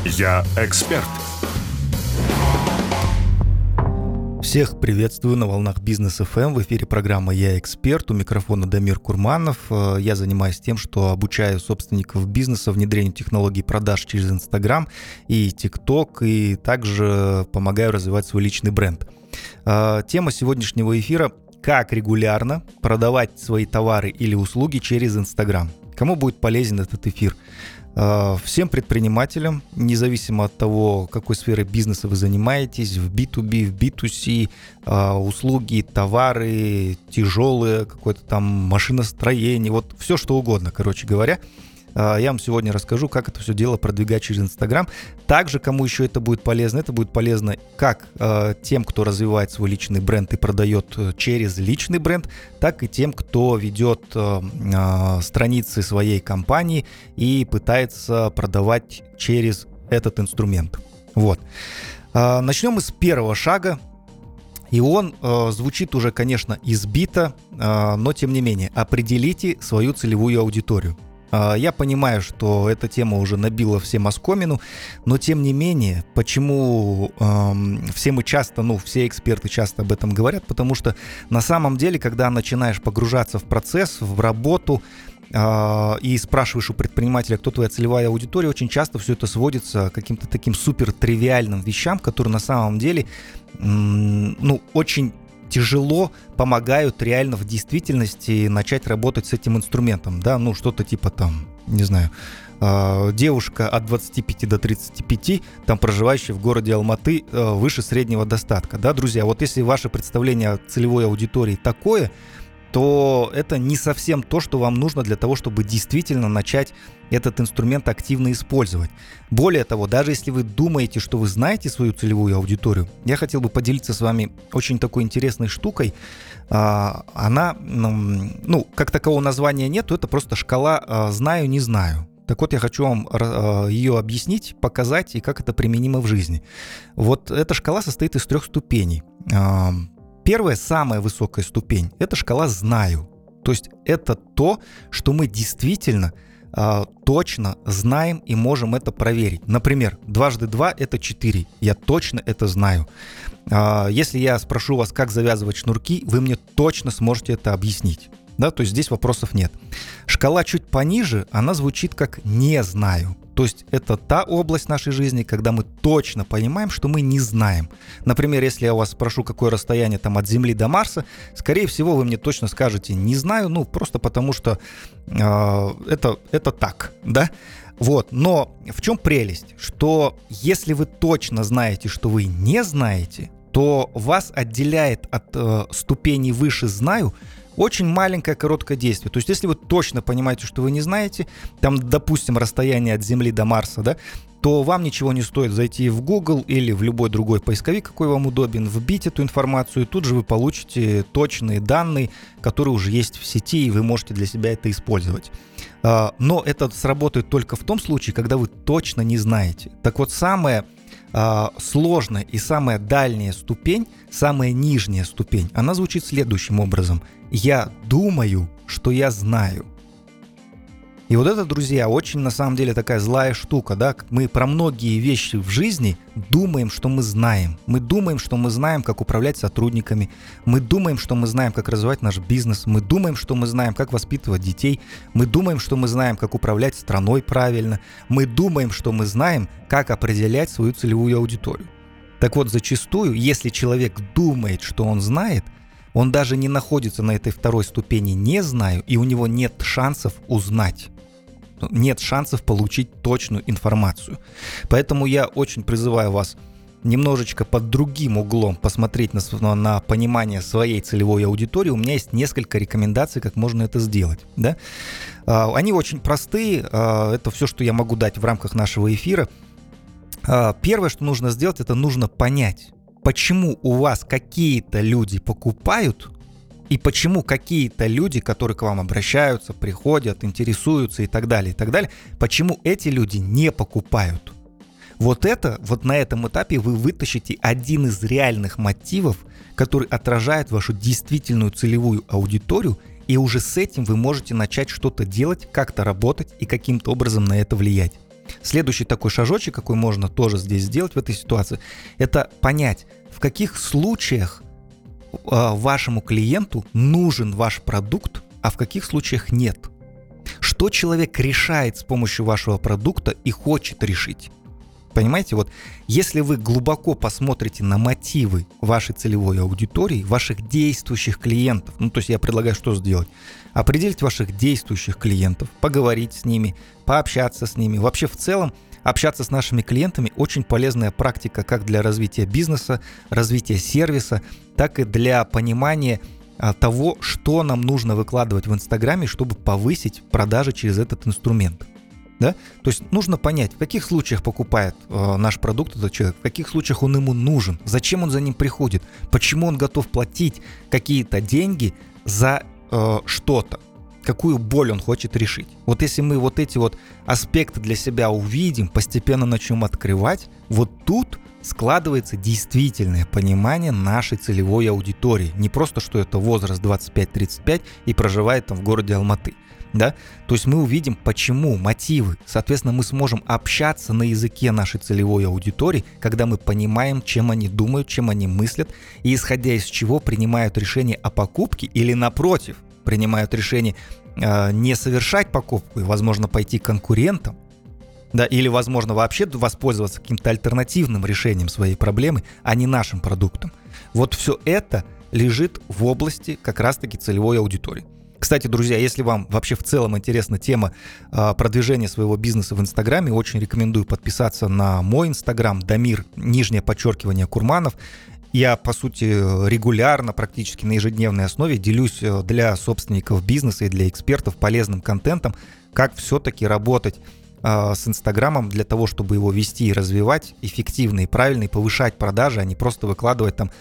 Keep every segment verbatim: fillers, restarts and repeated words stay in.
Я эксперт. Всех приветствую на волнах Бизнес эф эм. В эфире программа «Я эксперт». У микрофона Дамир Курманов. Я занимаюсь тем, что обучаю собственников бизнеса внедрению технологий продаж через Инстаграм и ТикТок, и также помогаю развивать свой личный бренд. Тема сегодняшнего эфира – как регулярно продавать свои товары или услуги через Инстаграм. Кому будет полезен этот эфир? Всем предпринимателям, независимо от того, какой сферой бизнеса вы занимаетесь, в би ту би, в би ту си, услуги, товары, тяжелые, какое-то там машиностроение, вот все что угодно, короче говоря. Я вам сегодня расскажу, как это все дело продвигать через Инстаграм. Также, кому еще это будет полезно, это будет полезно как э, тем, кто развивает свой личный бренд и продает через личный бренд, так и тем, кто ведет э, э, страницы своей компании и пытается продавать через этот инструмент. Вот. Э, начнем мы с первого шага. И он э, звучит уже, конечно, избито, э, но тем не менее, определите свою целевую аудиторию. Я понимаю, что эта тема уже набила всем оскомину, но тем не менее, почему э, все мы часто, ну, все эксперты часто об этом говорят, потому что на самом деле, когда начинаешь погружаться в процесс, в работу э, и спрашиваешь у предпринимателя, кто твоя целевая аудитория, очень часто все это сводится к каким-то таким супер тривиальным вещам, которые на самом деле, э, ну, очень тяжело помогают реально в действительности начать работать с этим инструментом, да, ну что-то типа там, не знаю, э, девушка от двадцати пяти до тридцати пяти, там проживающая в городе Алматы, э, выше среднего достатка, да, друзья, вот если ваше представление о целевой аудитории такое, то это не совсем то, что вам нужно для того, чтобы действительно начать этот инструмент активно использовать. Более того, даже если вы думаете, что вы знаете свою целевую аудиторию, я хотел бы поделиться с вами очень такой интересной штукой. Она, ну, как такового названия нет, это просто шкала «знаю-не знаю». Так вот, я хочу вам ее объяснить, показать и как это применимо в жизни. Вот эта шкала состоит из трех ступеней. Первая, самая высокая ступень – это шкала «знаю». То есть это то, что мы действительно э, точно знаем и можем это проверить. Например, дважды два – это четыре. Я точно это знаю. Э, если я спрошу вас, как завязывать шнурки, вы мне точно сможете это объяснить. Да? То есть здесь вопросов нет. Шкала чуть пониже, она звучит как «не знаю». То есть это та область нашей жизни, когда мы точно понимаем, что мы не знаем. Например, если я у вас спрошу, какое расстояние там от Земли до Марса, скорее всего, вы мне точно скажете «не знаю», ну, просто потому что э, это, это так, да? Вот, но в чем прелесть? Что если вы точно знаете, что вы не знаете, то вас отделяет от э, ступени выше «знаю» очень маленькое короткое действие. То есть, если вы точно понимаете, что вы не знаете, там, допустим, расстояние от Земли до Марса, да, то вам ничего не стоит зайти в Google или в любой другой поисковик, какой вам удобен, вбить эту информацию, и тут же вы получите точные данные, которые уже есть в сети, и вы можете для себя это использовать. Но это сработает только в том случае, когда вы точно не знаете. Так вот, самое сложная и самая дальняя ступень, самая нижняя ступень, она звучит следующим образом. Я думаю, что я знаю. И вот это, друзья, очень на самом деле такая злая штука, да? Мы про многие вещи в жизни думаем, что мы знаем. Мы думаем, что мы знаем, как управлять сотрудниками. Мы думаем, что мы знаем, как развивать наш бизнес. Мы думаем, что мы знаем, как воспитывать детей. Мы думаем, что мы знаем, как управлять страной правильно. Мы думаем, что мы знаем, как определять свою целевую аудиторию. Так вот, зачастую, если человек думает, что он знает, он даже не находится на этой второй ступени «не знаю», и у него нет шансов узнать. Нет шансов получить точную информацию. Поэтому я очень призываю вас немножечко под другим углом посмотреть на, на понимание своей целевой аудитории. У меня есть несколько рекомендаций, как можно это сделать. Да? Они очень простые. Это все, что я могу дать в рамках нашего эфира. Первое, что нужно сделать, это нужно понять, почему у вас какие-то люди покупают и почему какие-то люди, которые к вам обращаются, приходят, интересуются и так далее, и так далее, почему эти люди не покупают. Вот это, вот на этом этапе вы вытащите один из реальных мотивов, который отражает вашу действительную целевую аудиторию, и уже с этим вы можете начать что-то делать, как-то работать и каким-то образом на это влиять. Следующий такой шажочек, какой можно тоже здесь сделать в этой ситуации, это понять, в каких случаях э, вашему клиенту нужен ваш продукт, а в каких случаях нет. Что человек решает с помощью вашего продукта и хочет решить. Понимаете, вот если вы глубоко посмотрите на мотивы вашей целевой аудитории, ваших действующих клиентов, ну то есть я предлагаю что сделать? Определить ваших действующих клиентов, поговорить с ними, пообщаться с ними. Вообще в целом общаться с нашими клиентами очень полезная практика как для развития бизнеса, развития сервиса, так и для понимания того, что нам нужно выкладывать в Инстаграме, чтобы повысить продажи через этот инструмент. Да? То есть нужно понять, в каких случаях покупает э, наш продукт этот человек, в каких случаях он ему нужен, зачем он за ним приходит, почему он готов платить какие-то деньги за э, что-то, какую боль он хочет решить. Вот если мы вот эти вот аспекты для себя увидим, постепенно начнем открывать, вот тут складывается действительное понимание нашей целевой аудитории. Не просто, что это возраст двадцать пять тридцать пять и проживает там в городе Алматы. Да? То есть мы увидим, почему, мотивы. Соответственно, мы сможем общаться на языке нашей целевой аудитории, когда мы понимаем, чем они думают, чем они мыслят, и исходя из чего принимают решение о покупке или, напротив, принимают решение э, не совершать покупку и, возможно, пойти к конкурентам, да, или, возможно, вообще воспользоваться каким-то альтернативным решением своей проблемы, а не нашим продуктом. Вот все это лежит в области как раз-таки целевой аудитории. Кстати, друзья, если вам вообще в целом интересна тема э, продвижения своего бизнеса в Инстаграме, очень рекомендую подписаться на мой Инстаграм, Дамир, нижнее подчеркивание, Курманов. Я, по сути, регулярно, практически на ежедневной основе делюсь для собственников бизнеса и для экспертов полезным контентом, как все-таки работать э, с Инстаграмом для того, чтобы его вести и развивать эффективно и правильно, и повышать продажи, а не просто выкладывать там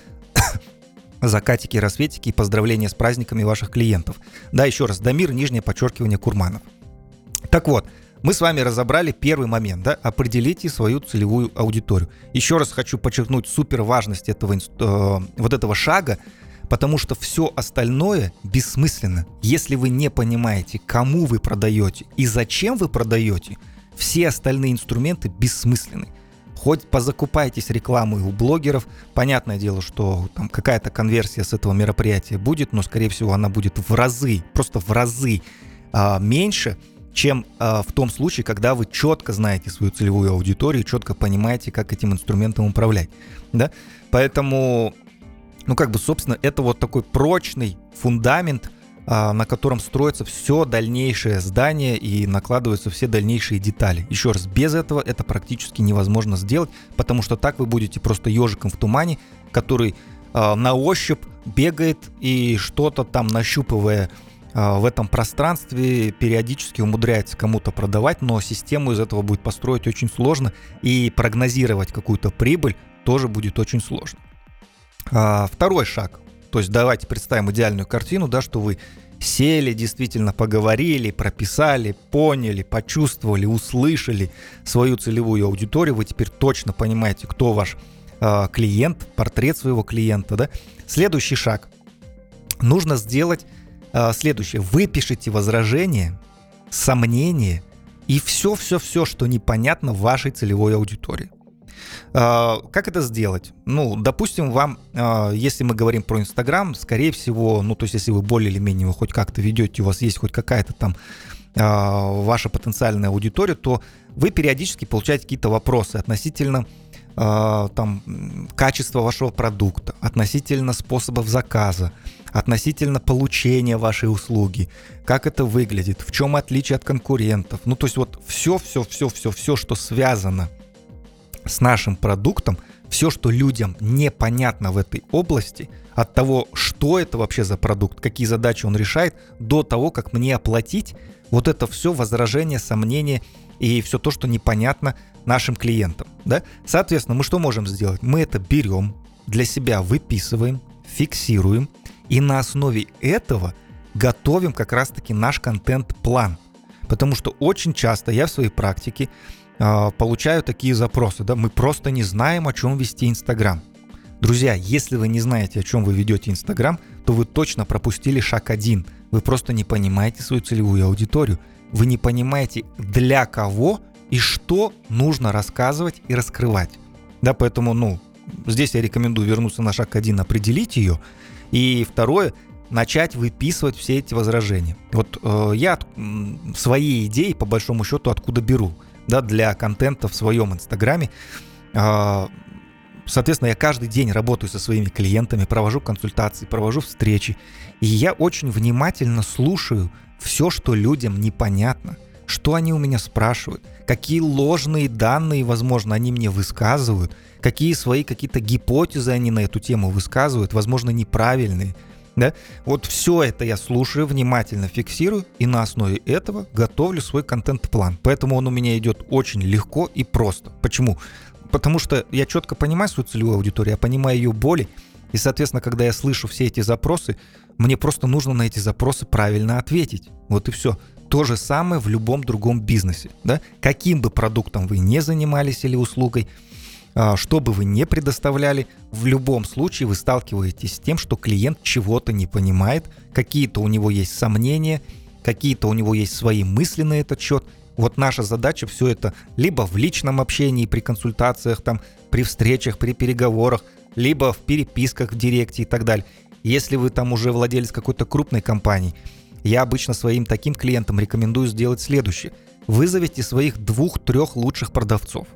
закатики, рассветики и поздравления с праздниками ваших клиентов. Да, еще раз, Дамир, нижнее подчеркивание, Курманов. Так вот, мы с вами разобрали первый момент, да, определите свою целевую аудиторию. Еще раз хочу подчеркнуть супер важность этого, э, вот этого шага, потому что все остальное бессмысленно. Если вы не понимаете, кому вы продаете и зачем вы продаете, все остальные инструменты бессмысленны. Хоть позакупайтесь рекламой у блогеров, понятное дело, что там какая-то конверсия с этого мероприятия будет, но, скорее всего, она будет в разы, просто в разы а, меньше, чем а, в том случае, когда вы четко знаете свою целевую аудиторию, четко понимаете, как этим инструментом управлять. Да? Поэтому, ну, как бы, собственно, это вот такой прочный фундамент, на котором строится все дальнейшее здание и накладываются все дальнейшие детали. Еще раз, без этого это практически невозможно сделать, потому что так вы будете просто ежиком в тумане, который э, на ощупь бегает и что-то там, нащупывая э, в этом пространстве, периодически умудряется кому-то продавать, но систему из этого будет построить очень сложно, и прогнозировать какую-то прибыль тоже будет очень сложно. А, второй шаг. То есть давайте представим идеальную картину, да, что вы сели, действительно поговорили, прописали, поняли, почувствовали, услышали свою целевую аудиторию. Вы теперь точно понимаете, кто ваш э, клиент, портрет своего клиента. Да? Следующий шаг. Нужно сделать э, следующее. Вы пишите возражения, сомнения и все-все-все, что непонятно вашей целевой аудитории. Как это сделать? Ну, допустим, вам, если мы говорим про Инстаграм, скорее всего, ну, то есть, если вы более или менее его хоть как-то ведете, у вас есть хоть какая-то там ваша потенциальная аудитория, то вы периодически получаете какие-то вопросы относительно там качества вашего продукта, относительно способов заказа, относительно получения вашей услуги, как это выглядит, в чем отличие от конкурентов. Ну, то есть, вот все-все-все-все-все, что связано с нашим продуктом, все, что людям непонятно в этой области, от того, что это вообще за продукт, какие задачи он решает, до того, как мне оплатить, вот это все возражения, сомнения и все то, что непонятно нашим клиентам. Да? Соответственно, мы что можем сделать? Мы это берем, для себя выписываем, фиксируем, и на основе этого готовим как раз-таки наш контент-план. Потому что очень часто я в своей практике получаю такие запросы, да, мы просто не знаем, о чем вести Инстаграм. Друзья, если вы не знаете, о чем вы ведете Инстаграм, то вы точно пропустили шаг один. Вы просто не понимаете свою целевую аудиторию. Вы не понимаете, для кого и что нужно рассказывать и раскрывать. Да, поэтому, ну, здесь я рекомендую вернуться на шаг один, определить ее. И второе, начать выписывать все эти возражения. Вот э, я м, свои идеи, по большому счету, откуда беру, да, для контента в своем Инстаграме. Э, соответственно, я каждый день работаю со своими клиентами, провожу консультации, провожу встречи. И я очень внимательно слушаю все, что людям непонятно, что они у меня спрашивают, какие ложные данные, возможно, они мне высказывают, какие свои какие-то гипотезы они на эту тему высказывают, возможно, неправильные. Да? Вот все это я слушаю, внимательно фиксирую и на основе этого готовлю свой контент-план. Поэтому он у меня идет очень легко и просто. Почему? Потому что я четко понимаю свою целевую аудиторию, я понимаю ее боли, и, соответственно, когда я слышу все эти запросы, мне просто нужно на эти запросы правильно ответить. Вот и все. То же самое в любом другом бизнесе. Да? Каким бы продуктом вы ни занимались или услугой, что бы вы ни предоставляли, в любом случае вы сталкиваетесь с тем, что клиент чего-то не понимает, какие-то у него есть сомнения, какие-то у него есть свои мысли на этот счет. Вот наша задача все это либо в личном общении, при консультациях, там, при встречах, при переговорах, либо в переписках в директе и так далее. Если вы там уже владелец какой-то крупной компании, я обычно своим таким клиентам рекомендую сделать следующее. Вызовите своих двух-трех лучших продавцов.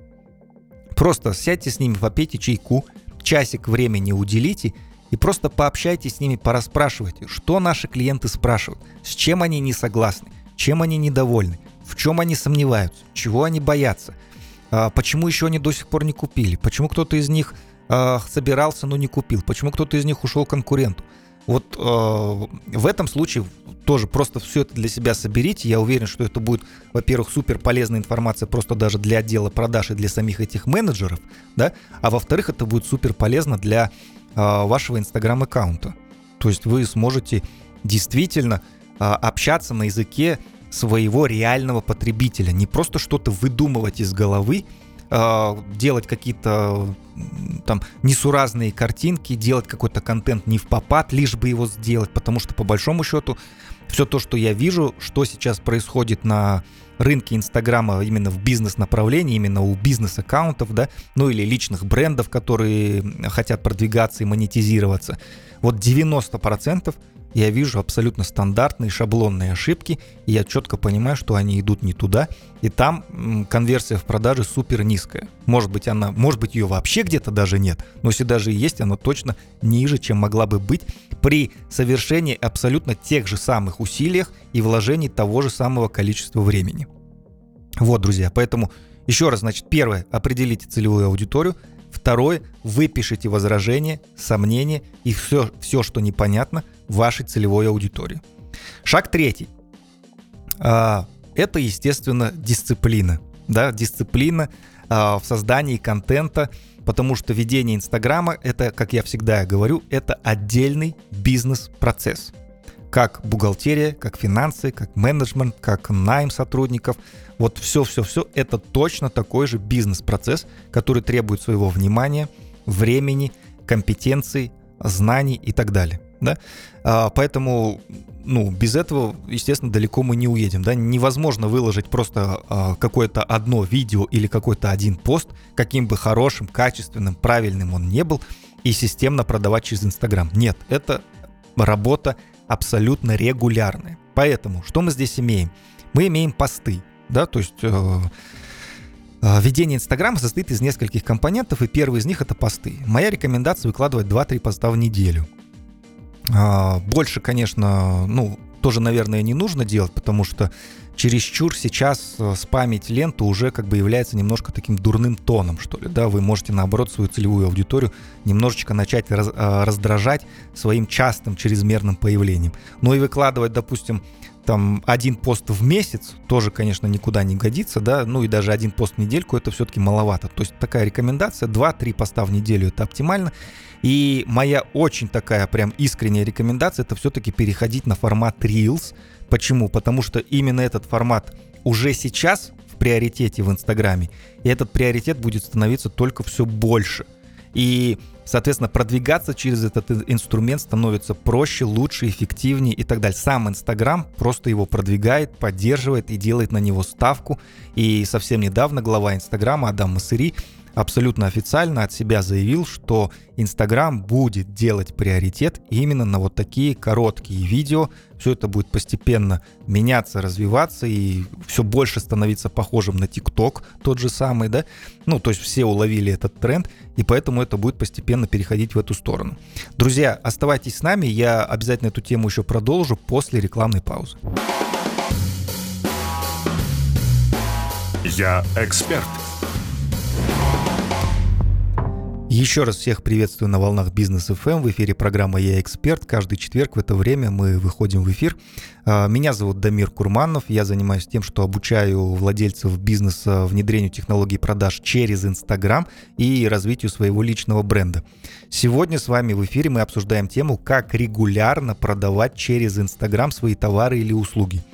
Просто сядьте с ними, попейте чайку, часик времени уделите и просто пообщайтесь с ними, порасспрашивайте, что наши клиенты спрашивают, с чем они не согласны, чем они недовольны, в чем они сомневаются, чего они боятся, почему еще они до сих пор не купили, почему кто-то из них собирался, но не купил, почему кто-то из них ушел к конкуренту. Вот э, в этом случае тоже просто все это для себя соберите. Я уверен, что это будет, во-первых, супер полезная информация просто даже для отдела продаж и для самих этих менеджеров, да, а во-вторых, это будет супер полезно для э, вашего Инстаграм-аккаунта. То есть вы сможете действительно э, общаться на языке своего реального потребителя, не просто что-то выдумывать из головы, делать какие-то там несуразные картинки, делать какой-то контент не впопад, лишь бы его сделать, потому что по большому счету все то, что я вижу, что сейчас происходит на рынке Инстаграма именно в бизнес-направлении, именно у бизнес-аккаунтов, да, ну или личных брендов, которые хотят продвигаться и монетизироваться, вот девяносто процентов я вижу абсолютно стандартные шаблонные ошибки, и я четко понимаю, что они идут не туда, и там м, конверсия в продаже супер низкая. Может быть, она, может быть, ее вообще где-то даже нет, но если даже и есть, она точно ниже, чем могла бы быть при совершении абсолютно тех же самых усилиях и вложении того же самого количества времени. Вот, друзья, поэтому еще раз, значит, первое, определите целевую аудиторию. Второе, выпишите возражения, сомнения и все, все, что непонятно вашей целевой аудитории. Шаг третий. Это, естественно, дисциплина. Да, дисциплина в создании контента, потому что ведение Инстаграма, это, как я всегда говорю, это отдельный бизнес-процесс. Как бухгалтерия, как финансы, как менеджмент, как найм сотрудников. Вот все-все-все это точно такой же бизнес-процесс, который требует своего внимания, времени, компетенций, знаний и так далее. Да? А, поэтому ну, без этого, естественно, далеко мы не уедем. Да? Невозможно выложить просто а, какое-то одно видео или какой-то один пост, каким бы хорошим, качественным, правильным он не был, и системно продавать через Инстаграм. Нет, это работа абсолютно регулярные. Поэтому, что мы здесь имеем? Мы имеем посты, да, то есть э, э, ведение Инстаграма состоит из нескольких компонентов, и первый из них это посты. Моя рекомендация выкладывать два-три поста в неделю. Э, больше, конечно, ну, тоже, наверное, не нужно делать, потому что чересчур сейчас спамить ленту уже как бы является немножко таким дурным тоном, что ли, да, вы можете, наоборот, свою целевую аудиторию немножечко начать раз, раздражать своим частым чрезмерным появлением. Ну и выкладывать, допустим, там один пост в месяц тоже, конечно, никуда не годится, да, ну и даже один пост в недельку это все-таки маловато. То есть такая рекомендация, два-три поста в неделю это оптимально. И моя очень такая прям искренняя рекомендация это все-таки переходить на формат Reels. Почему? Потому что именно этот формат уже сейчас в приоритете в Инстаграме, и этот приоритет будет становиться только все больше. И, соответственно, продвигаться через этот инструмент становится проще, лучше, эффективнее и так далее. Сам Инстаграм просто его продвигает, поддерживает и делает на него ставку. И совсем недавно глава Инстаграма Адам Моссери абсолютно официально от себя заявил, что Инстаграм будет делать приоритет именно на вот такие короткие видео. Все это будет постепенно меняться, развиваться и все больше становиться похожим на ТикТок, тот же самый, да? Ну, то есть все уловили этот тренд, и поэтому это будет постепенно переходить в эту сторону. Друзья, оставайтесь с нами, я обязательно эту тему еще продолжу после рекламной паузы. Я эксперт. Еще раз всех приветствую на волнах Бизнес эф эм. В эфире программа «Я эксперт». Каждый четверг в это время мы выходим в эфир. Меня зовут Дамир Курманов. Я занимаюсь тем, что обучаю владельцев бизнеса внедрению технологий продаж через Инстаграм и развитию своего личного бренда. Сегодня с вами в эфире мы обсуждаем тему, как регулярно продавать через Инстаграм свои товары или услуги.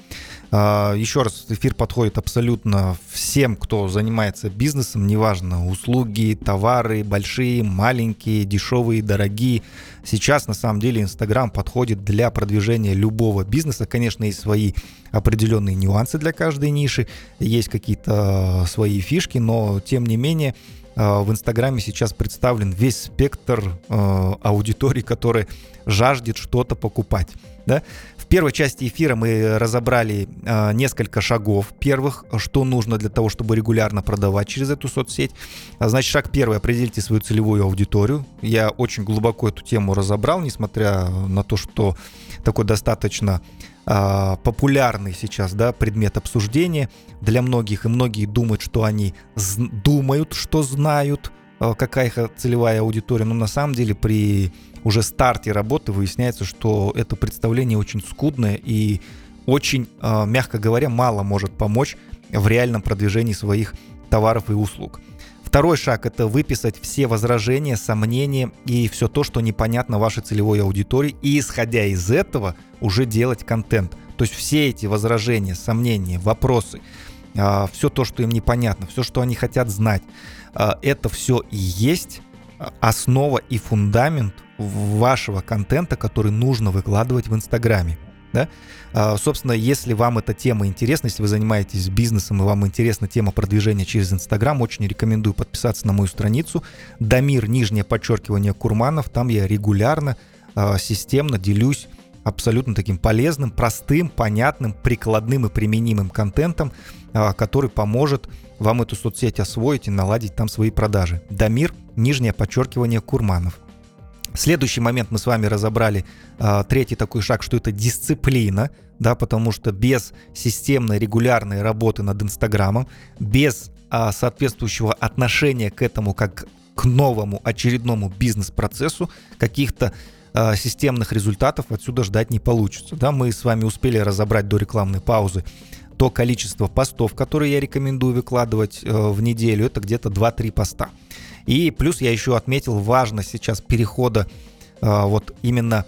Еще раз, эфир подходит абсолютно всем, кто занимается бизнесом, неважно, услуги, товары, большие, маленькие, дешевые, дорогие. Сейчас, на самом деле, Инстаграм подходит для продвижения любого бизнеса. Конечно, есть свои определенные нюансы для каждой ниши, есть какие-то свои фишки, но, тем не менее, в Инстаграме сейчас представлен весь спектр э, аудитории, которая жаждет что-то покупать. Да? В первой части эфира мы разобрали э, несколько шагов первых, что нужно для того, чтобы регулярно продавать через эту соцсеть. Значит, шаг первый – определите свою целевую аудиторию. Я очень глубоко эту тему разобрал, несмотря на то, что такой достаточно э, популярный сейчас, да, предмет обсуждения для многих, и многие думают, что они з- думают, что знают, э, какая их целевая аудитория, но на самом деле при уже старте работы выясняется, что это представление очень скудное и очень, э, мягко говоря, мало может помочь в реальном продвижении своих товаров и услуг. Второй шаг – это выписать все возражения, сомнения и все то, что непонятно вашей целевой аудитории, и, исходя из этого, уже делать контент. То есть все эти возражения, сомнения, вопросы, э, все то, что им непонятно, все, что они хотят знать, э, это все и есть основа и фундамент вашего контента, который нужно выкладывать в Инстаграме. Да? А, собственно, если вам эта тема интересна, если вы занимаетесь бизнесом и вам интересна тема продвижения через Инстаграм, очень рекомендую подписаться на мою страницу Дамир, нижнее подчеркивание, Курманов. Там я регулярно, а, системно делюсь абсолютно таким полезным, простым, понятным, прикладным и применимым контентом, а, который поможет вам эту соцсеть освоить и наладить там свои продажи. Дамир, нижнее подчеркивание, Курманов. Следующий момент мы с вами разобрали, э, третий такой шаг, что это дисциплина, да, потому что без системной, регулярной работы над Инстаграмом, без э, соответствующего отношения к этому как к новому очередному бизнес-процессу, каких-то э, системных результатов отсюда ждать не получится. Да, мы с вами успели разобрать до рекламной паузы то количество постов, которые я рекомендую выкладывать э, в неделю, это где-то два-три поста. И плюс я еще отметил важность сейчас перехода э, вот именно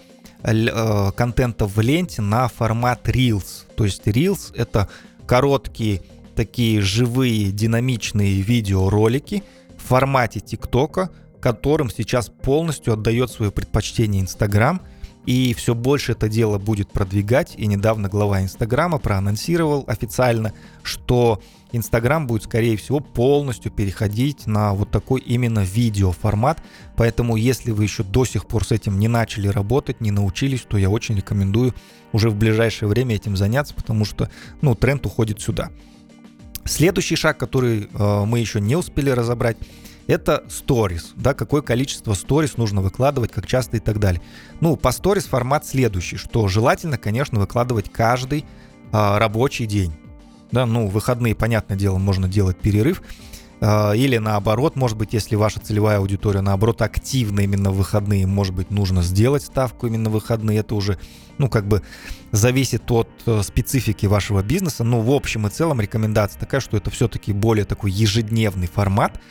э, контента в ленте на формат Reels. То есть Reels — это короткие такие живые динамичные видеоролики в формате ТикТока, которым сейчас полностью отдает свое предпочтение Инстаграм. И все больше это дело будет продвигать. И недавно глава Инстаграма проанонсировал официально, что Инстаграм будет, скорее всего, полностью переходить на вот такой именно видеоформат. Поэтому, если вы еще до сих пор с этим не начали работать, не научились, то я очень рекомендую уже в ближайшее время этим заняться, потому что, ну, тренд уходит сюда. Следующий шаг, который э, мы еще не успели разобрать, это сторис, да, какое количество сторис нужно выкладывать, как часто и так далее. Ну, по сторис формат следующий, что желательно, конечно, выкладывать каждый а, рабочий день. Да, ну, выходные, понятное дело, можно делать перерыв. А, или наоборот, может быть, если ваша целевая аудитория, наоборот, активна именно в выходные, может быть, нужно сделать ставку именно в выходные. Это уже, ну, как бы зависит от э, специфики вашего бизнеса. Но в общем и целом рекомендация такая, что это все-таки более такой ежедневный формат.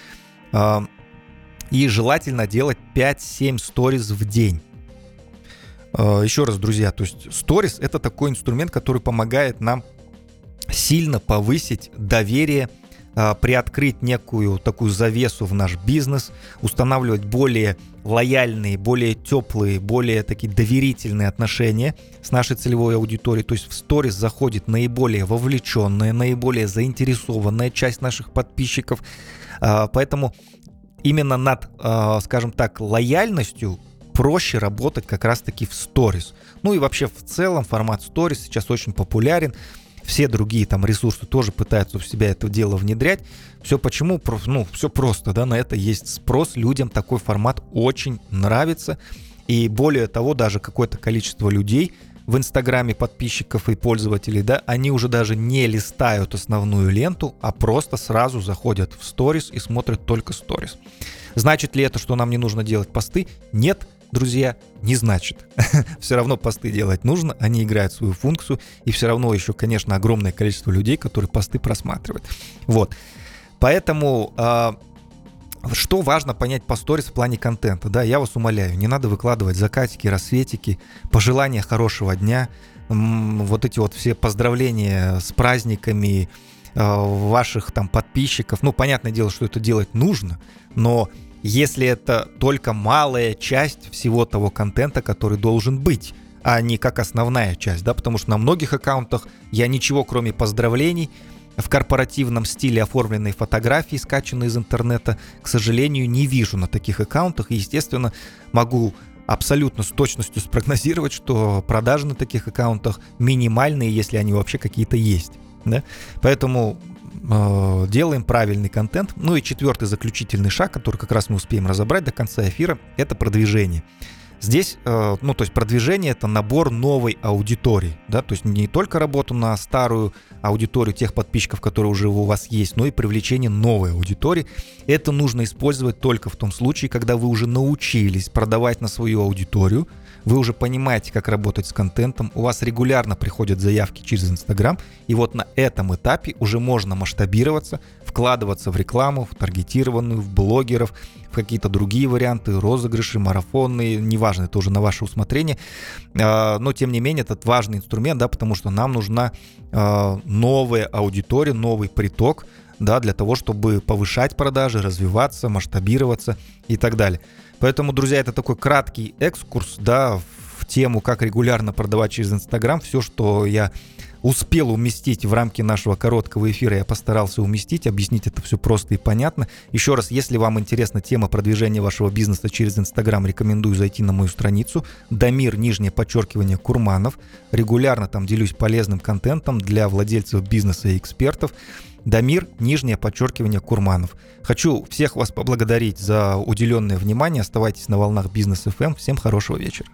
И желательно делать пять-семь сториз в день. Еще раз, друзья, то есть сторис — это такой инструмент, который помогает нам сильно повысить доверие приоткрыть некую такую завесу в наш бизнес, устанавливать более лояльные, более теплые, более такие доверительные отношения с нашей целевой аудиторией. То есть в сторис заходит наиболее вовлеченная, наиболее заинтересованная часть наших подписчиков. Поэтому именно над, скажем так, лояльностью проще работать как раз-таки в сторис. Ну и вообще в целом формат сторис сейчас очень популярен. Все другие там ресурсы тоже пытаются в себя это дело внедрять. Все почему? Ну, все просто, да, на это есть спрос. Людям такой формат очень нравится. И более того, даже какое-то количество людей в Инстаграме, подписчиков и пользователей, да, они уже даже не листают основную ленту, а просто сразу заходят в сторис и смотрят только сторис. Значит ли это, что нам не нужно делать посты? Нет. Друзья, не значит. Все равно посты делать нужно, они играют свою функцию, и все равно еще, конечно, огромное количество людей, которые посты просматривают. Вот. Поэтому э, что важно понять по сторис в плане контента? Да, я вас умоляю, не надо выкладывать закатики, рассветики, пожелания хорошего дня, м- вот эти вот все поздравления с праздниками э, ваших там подписчиков. Ну, понятное дело, что это делать нужно, но если это только малая часть всего того контента, который должен быть, а не как основная часть, да, потому что на многих аккаунтах я ничего, кроме поздравлений, в корпоративном стиле оформленные фотографии, скачанные из интернета, к сожалению, не вижу на таких аккаунтах, и, естественно, могу абсолютно с точностью спрогнозировать, что продажи на таких аккаунтах минимальные, если они вообще какие-то есть, да, поэтому делаем правильный контент. Ну и четвертый заключительный шаг, который как раз мы успеем разобрать до конца эфира, это продвижение. Здесь, ну, то есть продвижение — это набор новой аудитории, да, то есть не только работу на старую аудиторию тех подписчиков, которые уже у вас есть, но и привлечение новой аудитории. Это нужно использовать только в том случае, когда вы уже научились продавать на свою аудиторию, вы уже понимаете, как работать с контентом, у вас регулярно приходят заявки через Инстаграм, и вот на этом этапе уже можно масштабироваться, вкладываться в рекламу, в таргетированную, в блогеров, в какие-то другие варианты, розыгрыши, марафоны, неважно, это уже на ваше усмотрение, но тем не менее это важный инструмент, да, потому что нам нужна новая аудитория, новый приток, да, для того, чтобы повышать продажи, развиваться, масштабироваться и так далее. Поэтому, друзья, это такой краткий экскурс, да, в тему, как регулярно продавать через Инстаграм. Все, что я успел уместить в рамки нашего короткого эфира, я постарался уместить, объяснить это все просто и понятно. Еще раз, если вам интересна тема продвижения вашего бизнеса через Инстаграм, рекомендую зайти на мою страницу Дамир, нижнее подчеркивание, Курманов. Регулярно там делюсь полезным контентом для владельцев бизнеса и экспертов. Дамир, нижнее подчеркивание, Курманов. Хочу всех вас поблагодарить за уделенное внимание. Оставайтесь на волнах Бизнес эф эм. Всем хорошего вечера.